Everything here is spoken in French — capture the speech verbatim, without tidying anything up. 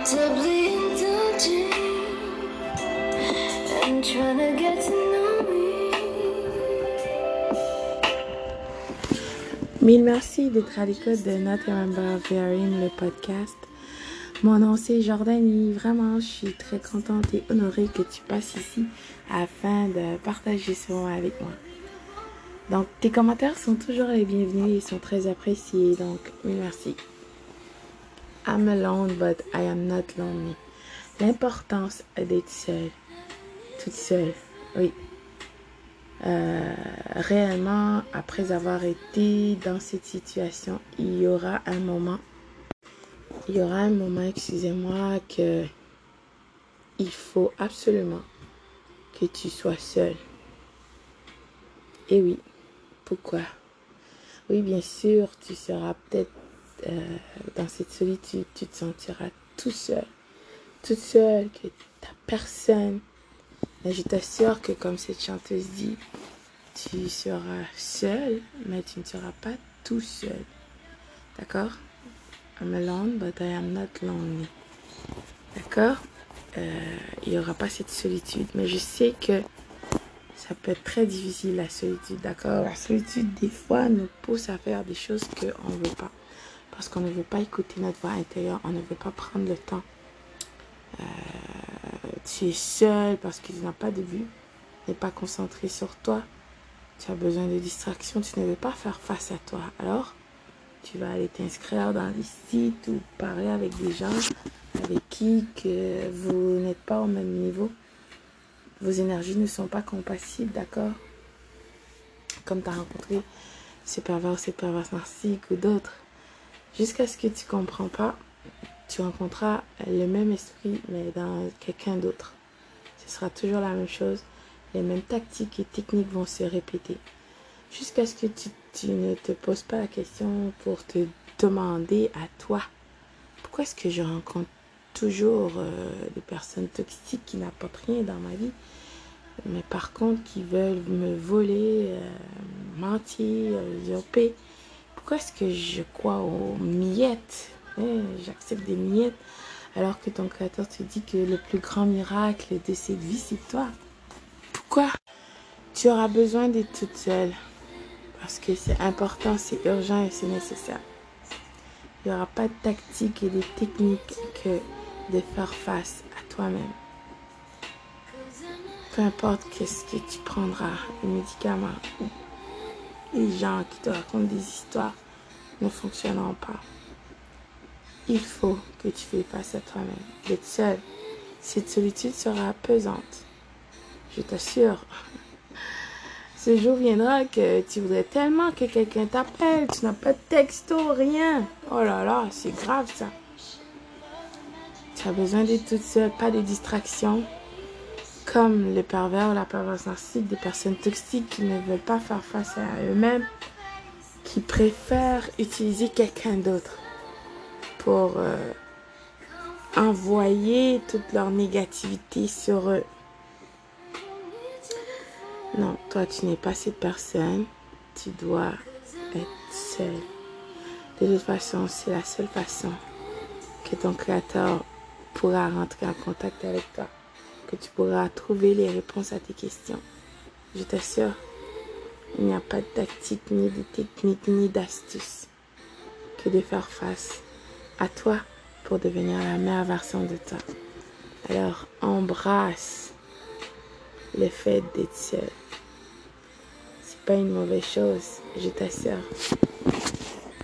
Comfortably indulging and trying to get to know me. Mille merci d'être à l'écoute de Not Remember of Hearing, le podcast. Mon nom c'est Jordanie. Vraiment, je suis très contente et honorée que tu passes ici afin de partager ce moment avec moi. Donc, tes commentaires sont toujours les bienvenus et sont très appréciés. Donc, mille merci. I'm alone, but I am not lonely. L'importance d'être seule, toute seule, oui. Euh, réellement, après avoir été dans cette situation, il y aura un moment, il y aura un moment, excusez-moi, que il faut absolument que tu sois seule. Et oui, pourquoi? Oui, bien sûr, tu seras peut-être euh, dans cette solitude, tu te sentiras tout seul, toute seule, que t'as personne. Mais je t'assure que comme cette chanteuse dit, tu seras seul, mais tu ne seras pas tout seul. D'accord? I'm alone, but I am not lonely. D'accord? Euh, il n'y aura pas cette solitude. Mais je sais que ça peut être très difficile, la solitude. D'accord? La solitude, des fois, nous pousse à faire des choses qu'on ne veut pas. Parce qu'on ne veut pas écouter notre voix intérieure. On ne veut pas prendre le temps. Euh, tu es seul parce que tu n'as pas de but. Tu n'es pas concentré sur toi. Tu as besoin de distraction. Tu ne veux pas faire face à toi. Alors, tu vas aller t'inscrire dans des sites ou parler avec des gens avec qui que vous n'êtes pas au même niveau. Vos énergies ne sont pas compatibles, d'accord? Comme tu as rencontré ce pervers ou cette perverse narcissique ou d'autres. Jusqu'à ce que tu ne comprends pas, tu rencontreras le même esprit, mais dans quelqu'un d'autre. Ce sera toujours la même chose. Les mêmes tactiques et techniques vont se répéter. Jusqu'à ce que tu, tu ne te poses pas la question pour te demander à toi, pourquoi est-ce que je rencontre toujours euh, des personnes toxiques qui n'apportent rien dans ma vie, mais par contre qui veulent me voler, euh, mentir, usurper. Pourquoi est-ce que je crois aux miettes, hein, j'accepte des miettes, alors que ton créateur te dit que le plus grand miracle de cette vie, c'est toi? Pourquoi? Tu auras besoin d'être toute seule. Parce que c'est important, c'est urgent et c'est nécessaire. Il n'y aura pas de tactique et de technique que de faire face à toi-même. Peu importe qu'est-ce que tu prendras, les médicaments ou les gens qui te racontent des histoires ne fonctionneront pas. Il faut que tu fasses face à toi-même. D'être seul, cette solitude sera pesante. Je t'assure. Ce jour viendra que tu voudrais tellement que quelqu'un t'appelle. Tu n'as pas de texto, rien. Oh là là, c'est grave ça. Tu as besoin d'être toute seule, pas de distraction. Comme le pervers ou la perverse narcissique, des personnes toxiques qui ne veulent pas faire face à eux-mêmes, qui préfèrent utiliser quelqu'un d'autre pour euh, envoyer toute leur négativité sur eux. Non, toi, tu n'es pas cette personne. Tu dois être seul. De toute façon, c'est la seule façon que ton créateur pourra rentrer en contact avec toi. Que tu pourras trouver les réponses à tes questions. Je t'assure, il n'y a pas de tactique, ni de technique, ni d'astuce que de faire face à toi pour devenir la meilleure version de toi. Alors, embrasse le fait d'être seul. C'est pas une mauvaise chose, je t'assure.